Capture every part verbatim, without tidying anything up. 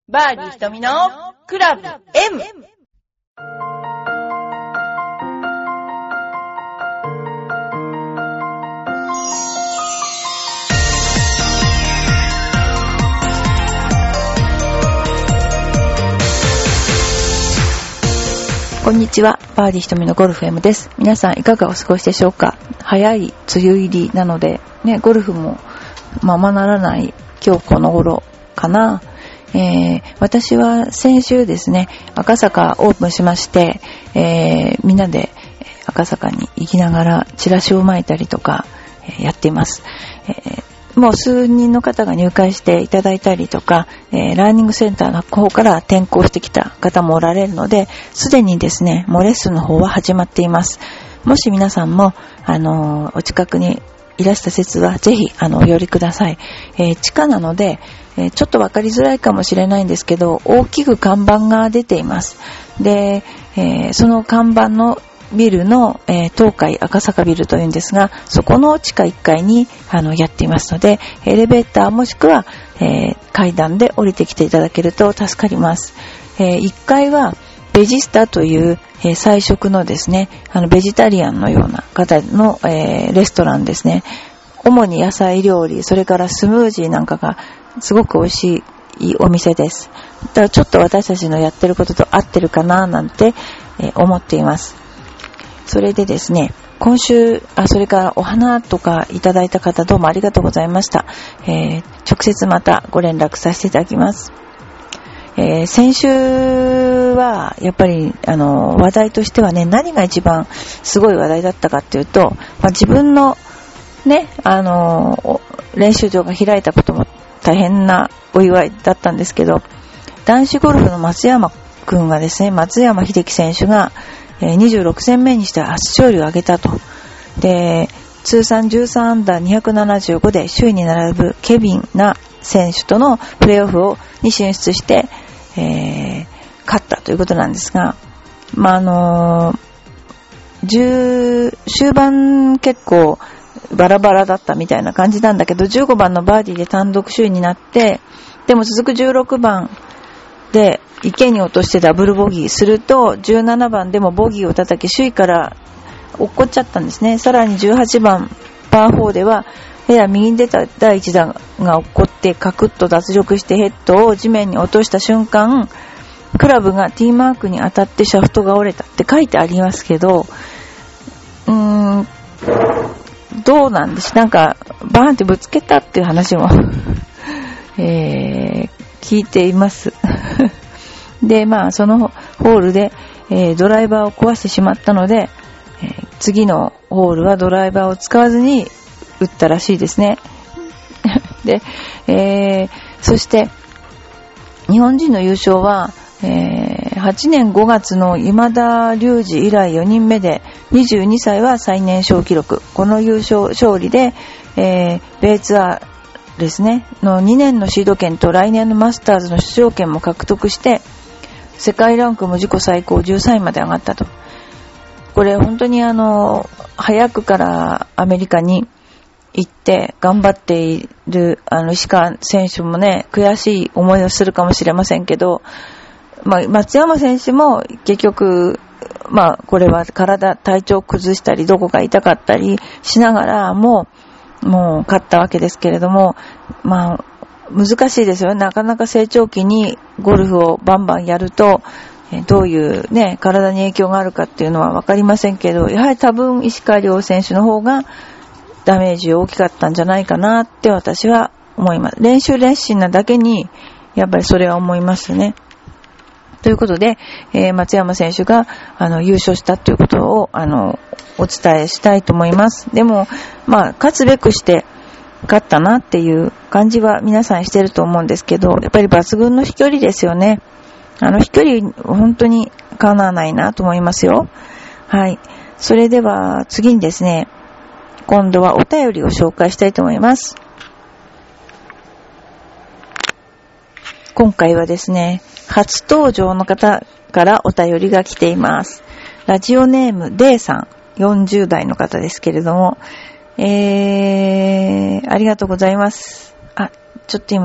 バーディー瞳のクラブ M。 こんにちは、バーディー瞳のゴルフ M です。皆さんいかがお過ごしでしょうか。早い梅雨入りなので、ね、ゴルフもままならない今日この頃かな。えー、私は先週ですね、赤坂オープンしまして、えー、みんなで赤坂に行きながらチラシを巻いたりとか、えー、やっています。えー、もう数人の方が入会していただいたりとか、えー、ラーニングセンターの方から転校してきた方もおられるので、すでにですね、もうレッスンの方は始まっています。もし皆さんも、あのー、お近くにいらした説はぜひあのお寄りください。えー、地下なので、えー、ちょっとわかりづらいかもしれないんですけど、大きく看板が出ています。で、えー、その看板のビルの、えー、東海赤坂ビルというんですが、そこの地下いっかいにあのやっていますので、エレベーターもしくは、えー、階段で降りてきていただけると助かります。えー、いっかいはベジスタという、えー、菜食のですね、あのベジタリアンのような方の、えー、レストランですね。主に野菜料理、それからスムージーなんかがすごく美味しいお店です。だからちょっと私たちのやってることと合ってるかななんて、えー、思っています。それでですね、今週、あ、それからお花とかいただいた方どうもありがとうございました。えー、直接またご連絡させていただきます。えー、先週はやっぱりあの話題としてはね、何が一番すごい話題だったかっていうと、まあ、自分のね、あの練習場が開いたことも大変なお祝いだったんですけど、男子ゴルフの松山くんがですね、松山英樹選手がにじゅうろく戦目にして初勝利を挙げたと。で、通算じゅうさんアンダーにひゃくななじゅうごで首位に並ぶケビンナ選手とのプレーオフをに進出して、えー、勝ったということなんですが、まあ、あのー、終盤結構バラバラだったみたいな感じなんだけど、じゅうごばんのバーディーで単独首位になって、でも続くじゅうろくばんで池に落としてダブルボギーすると、じゅうななばんでもボギーを叩き首位から落っこっちゃったんですね。さらにじゅうはちばんパーフォーではやや右に出ただいいちだんが落っこってカクッと脱力してヘッドを地面に落とした瞬間、クラブが T マークに当たってシャフトが折れたって書いてありますけど、うーんどうなんです、なんかバーンってぶつけたっていう話も、えー、聞いていますで、まあそのホールで、えー、ドライバーを壊してしまったので、えー、次のホールはドライバーを使わずに打ったらしいですねで、えー、そして日本人の優勝は、えー、はちねんごがつの今田隆二以来よにんめで、にじゅうにさいは最年少記録。この優勝勝利で、えー、米ツアーですねのにねんのシード権と来年のマスターズの出場権も獲得して、世界ランクも自己最高じゅうさんいまで上がったと。これ本当にあの早くからアメリカに行って頑張っているあの石川選手もね、悔しい思いをするかもしれませんけど、まあ、松山選手も結局、まあ、これは体体調崩したりどこか痛かったりしながらももう勝ったわけですけれども、まあ難しいですよね。なかなか成長期にゴルフをバンバンやるとどういうね体に影響があるかっていうのは分かりませんけど、やはり多分石川遼選手の方がダメージ大きかったんじゃないかなって私は思います。練習熱心なだけにやっぱりそれは思いますね。ということで、えー、松山選手があの優勝したということをあのお伝えしたいと思います。でもまあ勝つべくして勝ったなっていう感じは皆さんしてると思うんですけど、やっぱり抜群の飛距離ですよね。あの飛距離本当にかなわないなと思いますよ。はい。それでは次にですね、今度はお便りを紹介したいと思います。今回はですね、初登場の方からお便りが来ています。ラジオネーム D さん、よんじゅうだいの方ですけれども、えー、ありがとうございます。あ、ちょっと今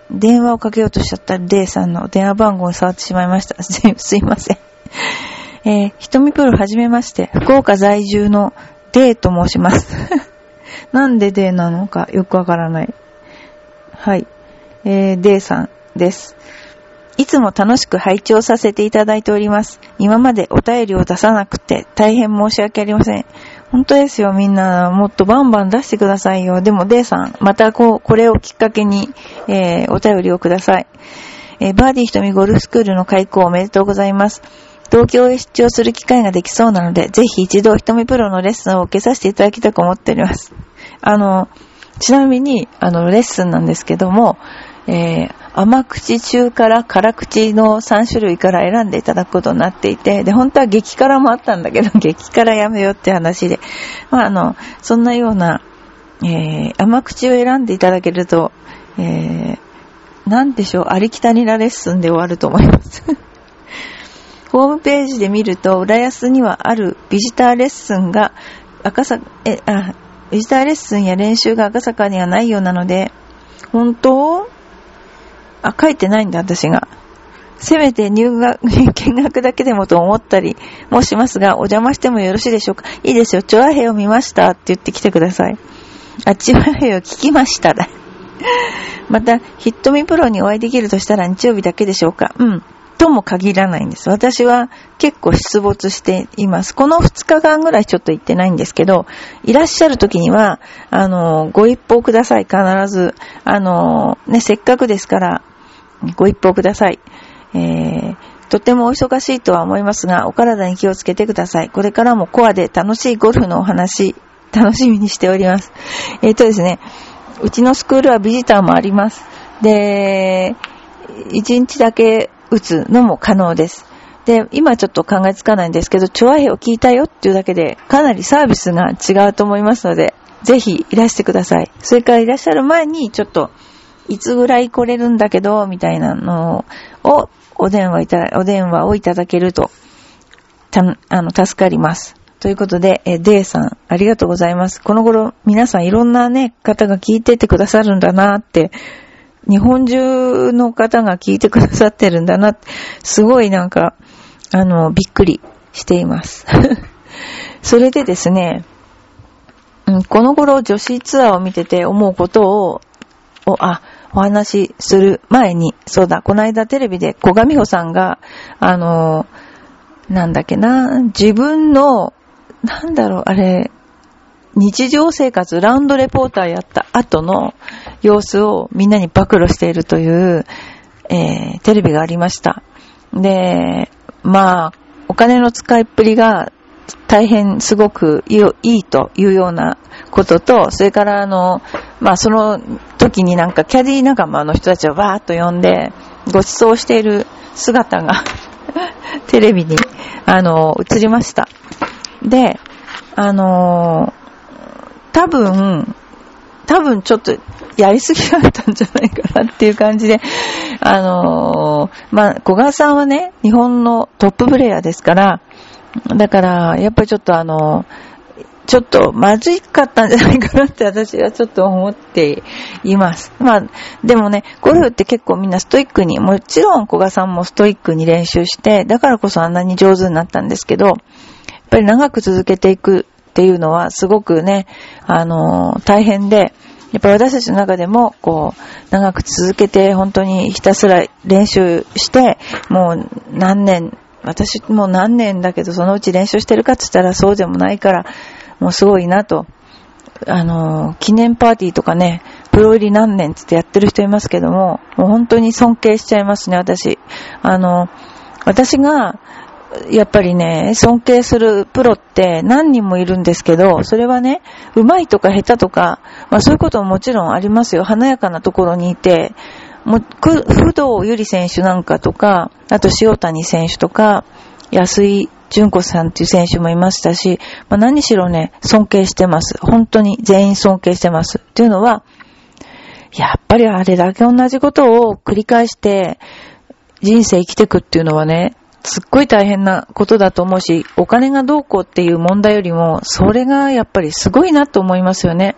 電話をかけようとしちゃったデイさんの電話番号に触ってしまいました。すい、すいません。えー、ひとみプロはじめまして、福岡在住のデイと申します。なんでデイなのかよくわからない。はい。えー、デイさんです。いつも楽しく拝聴させていただいております。今までお便りを出さなくて大変申し訳ありません。本当ですよ、みんなもっとバンバン出してくださいよ。でもデイさん、またこう、これをきっかけに、えー、お便りをください。えー、バーディーひとみゴルフスクールの開講おめでとうございます。東京へ出張する機会ができそうなので、ぜひ一度ひとみプロのレッスンを受けさせていただきたく思っております。あの、ちなみに、あの、レッスンなんですけども、えー、甘口中から辛口のさん種類から選んでいただくことになっていて、で、本当は激辛もあったんだけど、激辛やめようって話で、まあ、あの、そんなような、えー、甘口を選んでいただけると、えー、なんでしょう、ありきたりなレッスンで終わると思います。ホームページで見ると、浦安にはあるビジターレッスンが、赤坂、え、あ、ビジターレッスンや練習が赤坂にはないようなので、本当？あ、書いてないんだ、私が。せめて入学、見学だけでもと思ったりもしますが、お邪魔してもよろしいでしょうか？いいですよ。チョアヘを見ましたって言ってきてください。あ、チョアヘを聞きましただ。また、ヒットミプロにお会いできるとしたら日曜日だけでしょうか？うん。とも限らないんです。私は結構出没しています。このふつかかんぐらいちょっと行ってないんですけど、いらっしゃる時には、あの、ご一報ください。必ず。あの、ね、せっかくですから、ご一報ください。えー、とてもお忙しいとは思いますが、お体に気をつけてください。これからもコアで楽しいゴルフのお話、楽しみにしております。えっとですね、うちのスクールはビジターもあります。で、いちにちだけ打つのも可能です。で、今ちょっと考えつかないんですけど、チョアヘを聞いたよっていうだけで、かなりサービスが違うと思いますので、ぜひいらしてください。それからいらっしゃる前に、ちょっと、いつぐらい来れるんだけど、みたいなのを、お電話いただ、お電話をいただけると、た、あの、助かります。ということで、え、デイさん、ありがとうございます。この頃、皆さんいろんなね、方が聞いててくださるんだなって、日本中の方が聞いてくださってるんだなって、すごいなんか、あの、びっくりしています。それでですね、うん、この頃女子ツアーを見てて思うことを、お、あ、お話しする前に、そうだ、この間テレビで小上穂さんが、あの、なんだっけな、自分の、なんだろう、あれ、日常生活、ラウンドレポーターやった後の様子をみんなに暴露しているという、えー、テレビがありました。で、まあ、お金の使いっぷりが大変すごくいい、いいというようなことと、それからあの、まあその時になんかキャディ仲間の人たちをバーッと呼んで、ご馳走している姿がテレビにあの映りました。で、あの多分、多分ちょっとやりすぎだったんじゃないかなっていう感じで、あのー、まあ、小川さんはね、日本のトッププレイヤーですから、だから、やっぱりちょっとあの、ちょっとまずかったんじゃないかなって私はちょっと思っています。まあ、でもね、ゴルフって結構みんなストイックに、もちろん小川さんもストイックに練習して、だからこそあんなに上手になったんですけど、やっぱり長く続けていくっていうのはすごくね、あのー、大変で、やっぱり私たちの中でも、こう、長く続けて本当にひたすら練習して、もう何年、私もう何年だけどそのうち練習してるかって言ったらそうでもないから、もうすごいなと。あのー、記念パーティーとかね、プロ入り何年つってやってる人いますけども、もう本当に尊敬しちゃいますね、私。あのー、私が、やっぱりね、尊敬するプロって何人もいるんですけど、それはね、上手いとか下手とか、まあそういうことももちろんありますよ。華やかなところにいて、もう、不動ゆり選手なんかとか、あと塩谷選手とか、安井純子さんっていう選手もいましたし、まあ何しろね、尊敬してます。本当に全員尊敬してます。っていうのは、やっぱりあれだけ同じことを繰り返して人生生きていくっていうのはね、すっごい大変なことだと思うし、お金がどうこうっていう問題よりも、それがやっぱりすごいなと思いますよね。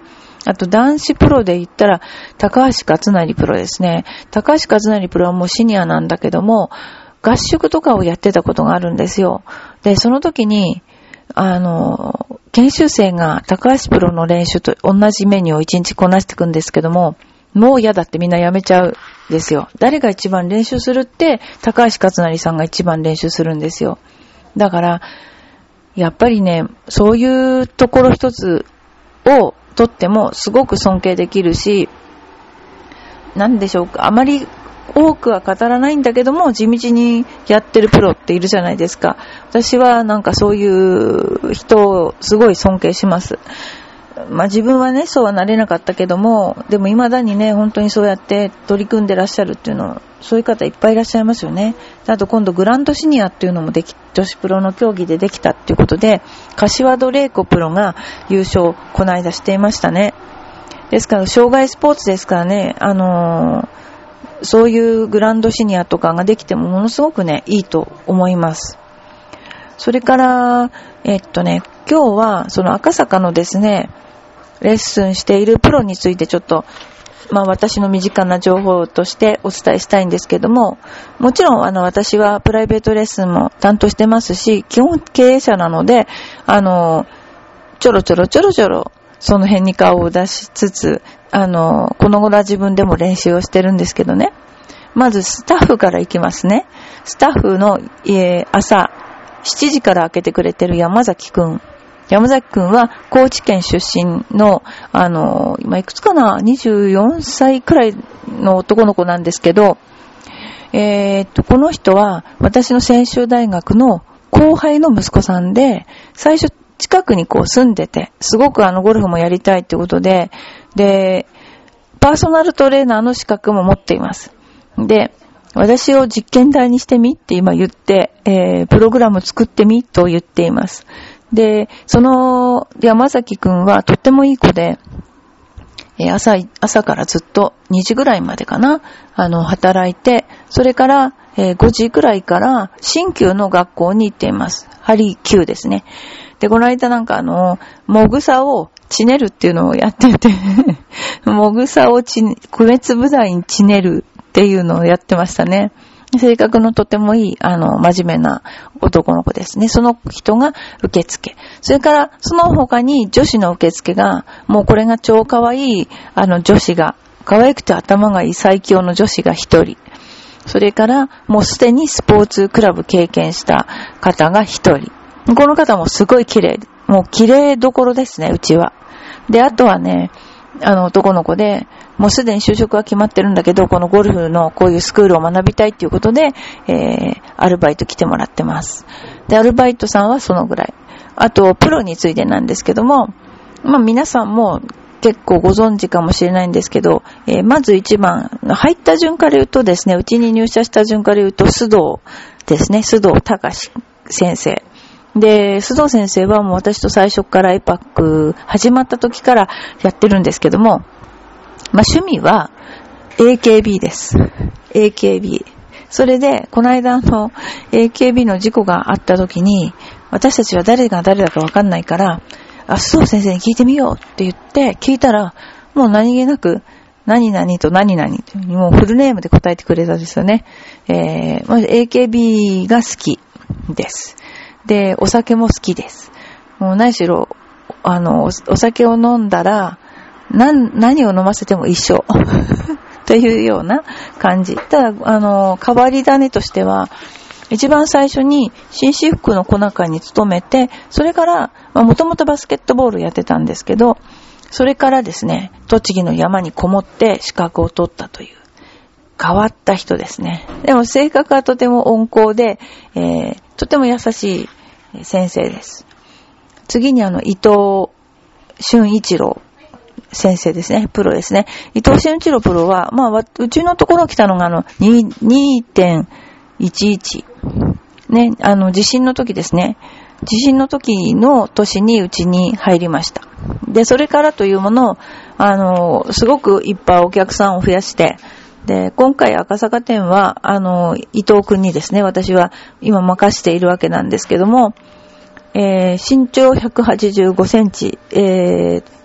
あと男子プロで言ったら高橋克成プロですね。高橋克成プロはもうシニアなんだけども、合宿とかをやってたことがあるんですよ。で、その時に、あの、研修生が高橋プロの練習と同じメニューを一日こなしていくんですけども、もう嫌だってみんなやめちゃうんですよ。誰が一番練習するって、高橋克成さんが一番練習するんですよ。だから、やっぱりね、そういうところ一つをとってもすごく尊敬できるし、なんでしょうか、あまり多くは語らないんだけども地道にやってるプロっているじゃないですか。私はなんかそういう人をすごい尊敬します。まあ自分はねそうはなれなかったけども、でも未だにね本当にそうやって取り組んでらっしゃるっていうの、そういう方いっぱいいらっしゃいますよね。あと今度グランドシニアっていうのもでき、女子プロの競技でできたっていうことで、柏戸玲子プロが優勝この間していましたね。ですから障害スポーツですからね、あのー、そういうグランドシニアとかができてもものすごくねいいと思います。それからえっとね今日はその赤坂のですねレッスンしているプロについてちょっとまあ私の身近な情報としてお伝えしたいんですけども、もちろんあの私はプライベートレッスンも担当してますし、基本経営者なのであのちょろちょろちょろちょろその辺に顔を出しつつ、あのこの頃は自分でも練習をしてるんですけどね。まずスタッフから行きますね。スタッフの、えー、朝しちじから開けてくれてる山崎くん。山崎くんは高知県出身の、あの、今いくつかな ?にじゅうよんさいくらいの男の子なんですけど、えー、っと、この人は私の専修大学の後輩の息子さんで、最初近くにこう住んでて、すごくあのゴルフもやりたいってことで、で、パーソナルトレーナーの資格も持っています。で、私を実験台にしてみって今言って、えー、プログラム作ってみと言っています。で、その山崎くんはとってもいい子で、えー、朝、朝からずっとにじぐらいまでかな、あの、働いて、それから、えー、ごじくらいから新旧の学校に行っています。ハリキューですね。で、この間なんかあの、もぐさをちねるっていうのをやってて、もぐさをち、米粒大にちねるっていうのをやってましたね。性格のとてもいい、あの、真面目な男の子ですね。その人が受付。それから、その他に女子の受付が、もうこれが超可愛い、あの、女子が、可愛くて頭がいい最強の女子が一人。それから、もうすでにスポーツクラブ経験した方が一人。この方もすごい綺麗。もう綺麗どころですね、うちは。で、あとはね、あの男の子で、もうすでに就職は決まってるんだけど、このゴルフのこういうスクールを学びたいっていうことで、えー、アルバイト来てもらってます。で、アルバイトさんはそのぐらい。あと、プロについてなんですけども、まあ皆さんも結構ご存知かもしれないんですけど、えー、まず一番、入った順から言うとですね、うちに入社した順から言うと、須藤ですね、須藤隆先生。で、須藤先生はもう私と最初からエパック始まった時からやってるんですけども、まあ、趣味は エーケービー です。エーケービー。それで、この間の エーケービー の事故があった時に、私たちは誰が誰だかわかんないから、あ、須藤先生に聞いてみようって言って聞いたら、もう何気なく、何々と何々ともうフルネームで答えてくれたんですよね。えー、まず エーケービー が好きです。で、お酒も好きです。もう何しろ、あの、お, お酒を飲んだら、何、何を飲ませても一緒。というような感じ。ただ、あの、変わり種としては、一番最初に紳士服の粉館に勤めて、それから、まあ、もともとバスケットボールやってたんですけど、それからですね、栃木の山にこもって資格を取ったという、変わった人ですね。でも性格はとても温厚で、えー、とても優しい先生です。次にあの、伊藤俊一郎先生ですね。プロですね。伊藤俊一郎プロは、まあ、うちのところ来たのがあの、にてんいちいち。ね、あの、地震の時ですね。地震の時の年にうちに入りました。で、それからというものを、あの、すごくいっぱいお客さんを増やして、で、今回赤坂店は、あの、伊藤くんにですね、私は今任しているわけなんですけども、えー、身長ひゃくはちじゅうごセンチ、えー、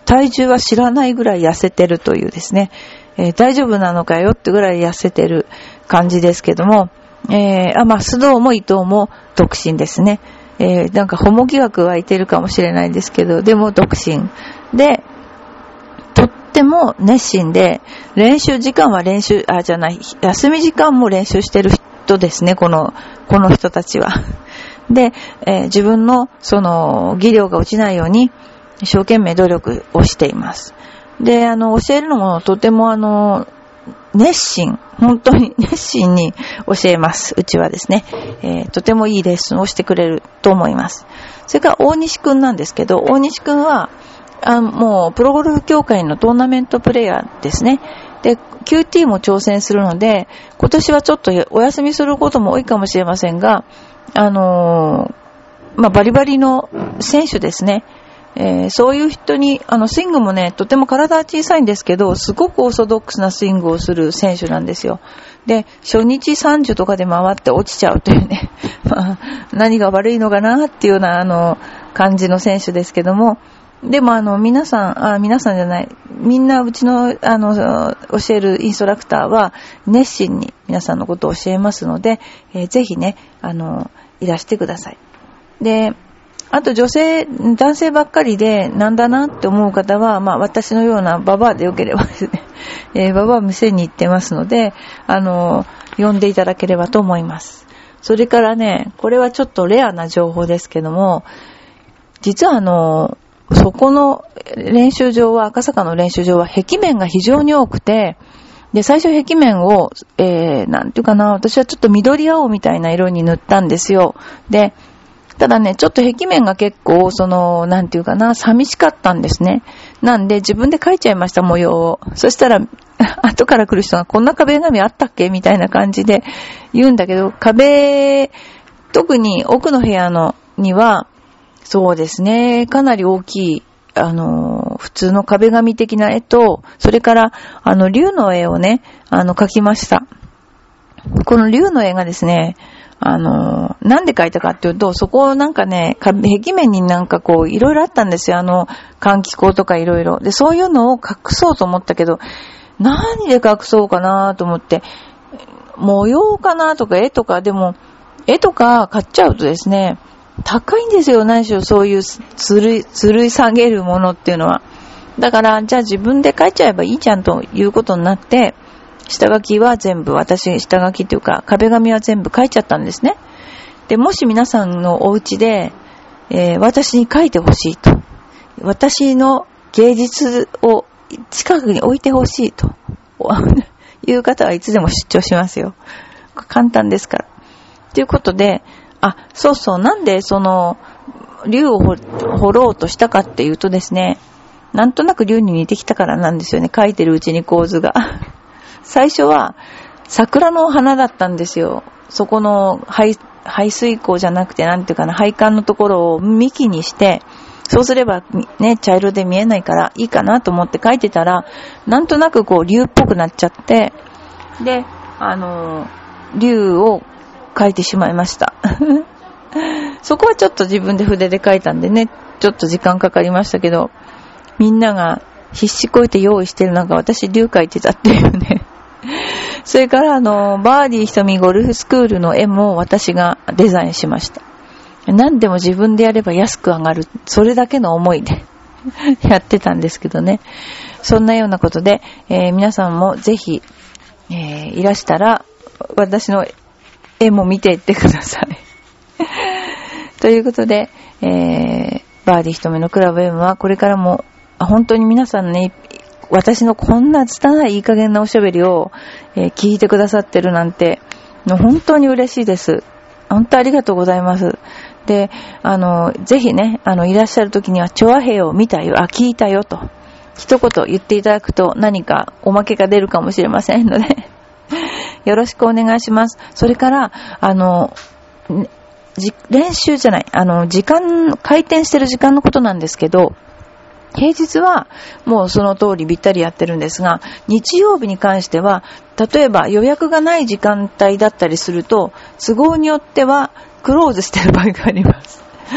体重は知らないぐらい痩せてるというですね、えー、大丈夫なのかよってぐらい痩せてる感じですけども、えー、あ、まあ、須藤も伊藤も独身ですね。えー、なんかホモ疑惑湧いてるかもしれないですけど、でも独身で、とっても熱心で、練習時間は練習、あ、じゃない、休み時間も練習してる人ですね、この、この人たちは。で、えー、自分のその技量が落ちないように一生懸命努力をしています。で、あの、教えるのもとてもあの、熱心、本当に熱心に教えます。うちはですね、えー、とてもいいレッスンをしてくれると思います。それから大西くんなんですけど、大西くんは、あもうプロゴルフ協会のトーナメントプレイヤーですね。で、キューティー も挑戦するので、今年はちょっとお休みすることも多いかもしれませんが、あのー、まあ、バリバリの選手ですね。えー、そういう人に、あの、スイングもね、とても体は小さいんですけど、すごくオーソドックスなスイングをする選手なんですよ。で、初日さんじゅうとかで回って落ちちゃうというね、まあ、何が悪いのかなっていうような、あの、感じの選手ですけども、でもあの、皆さん、あ、皆さんじゃない、みんなうちの、あの、教えるインストラクターは、熱心に皆さんのことを教えますので、えー、ぜひね、あの、いらしてください。で、あと女性、男性ばっかりでなんだなって思う方は、まあ私のようなババアでよければですね、えー、ババア店に行ってますので、あの、呼んでいただければと思います。それからね、これはちょっとレアな情報ですけども、実はあの、そこの練習場は、赤坂の練習場は壁面が非常に多くて、で、最初壁面を、えー、なんていうかな、私はちょっと緑青みたいな色に塗ったんですよ。で、ただね、ちょっと壁面が結構、その、なんていうかな、寂しかったんですね。なんで、自分で描いちゃいました、模様を。そしたら、後から来る人が、こんな壁紙あったっけみたいな感じで言うんだけど、壁、特に奥の部屋のには、そうですね、かなり大きい、あの、普通の壁紙的な絵と、それから、あの、竜の絵をね、あの、描きました。この竜の絵がですね、あの、なんで描いたかっていうと、そこをなんかね、壁面になんかこう、いろいろあったんですよ。あの、換気口とかいろいろ。で、そういうのを隠そうと思ったけど、何で隠そうかなと思って、模様かなとか絵とか、でも、絵とか買っちゃうとですね、高いんですよ。何しろそういうつるい、つるい下げるものっていうのは。だから、じゃあ自分で描いちゃえばいいじゃんということになって、下書きは全部、私、下書きっていうか、壁紙は全部書いちゃったんですね。で、もし皆さんのお家で、えー、私に書いてほしいと。私の芸術を近くに置いてほしいと。いう方はいつでも出張しますよ。簡単ですから。ということで、あ、そうそう、なんでその、竜を掘ろうとしたかっていうとですね、なんとなく竜に似てきたからなんですよね。書いてるうちに構図が。最初は桜の花だったんですよ。そこの排、排水溝じゃなくてなんていうかな、配管のところを幹にして、そうすればね、茶色で見えないからいいかなと思って書いてたら、なんとなくこう竜っぽくなっちゃって、で、あの、竜を書いてしまいました。そこはちょっと自分で筆で書いたんでね、ちょっと時間かかりましたけど、みんなが必死こいて用意してる中、私竜書いてたっていうね。それからあの、バーディーひとみゴルフスクールの絵も私がデザインしました。何でも自分でやれば安く上がる。それだけの思いでやってたんですけどね。そんなようなことで、えー、皆さんもぜひ、えー、いらしたら、私の絵も見ていってください。ということで、えー、バーディーひとみのクラブ M はこれからも、本当に皆さんね、私のこんな拙いいい加減なおしゃべりを、えー、聞いてくださってるなんて、本当に嬉しいです。本当ありがとうございます。で、あの、ぜひね、あの、いらっしゃる時には、チョアヘイを見たよ、あ、聞いたよと、一言言っていただくと何かおまけが出るかもしれませんので、よろしくお願いします。それから、あの、練習じゃない、あの、時間、回転してる時間のことなんですけど、平日はもうその通りびったりやってるんですが、日曜日に関しては、例えば予約がない時間帯だったりすると、都合によってはクローズしてる場合があります。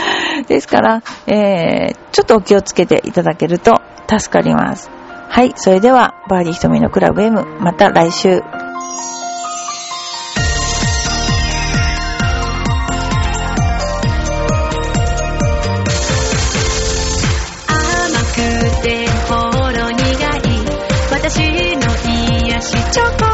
ですから、えー、ちょっとお気をつけていただけると助かります。はい、それではバーディーひとみのクラブ M、 また来週。 ほろ苦い私の癒しチョコ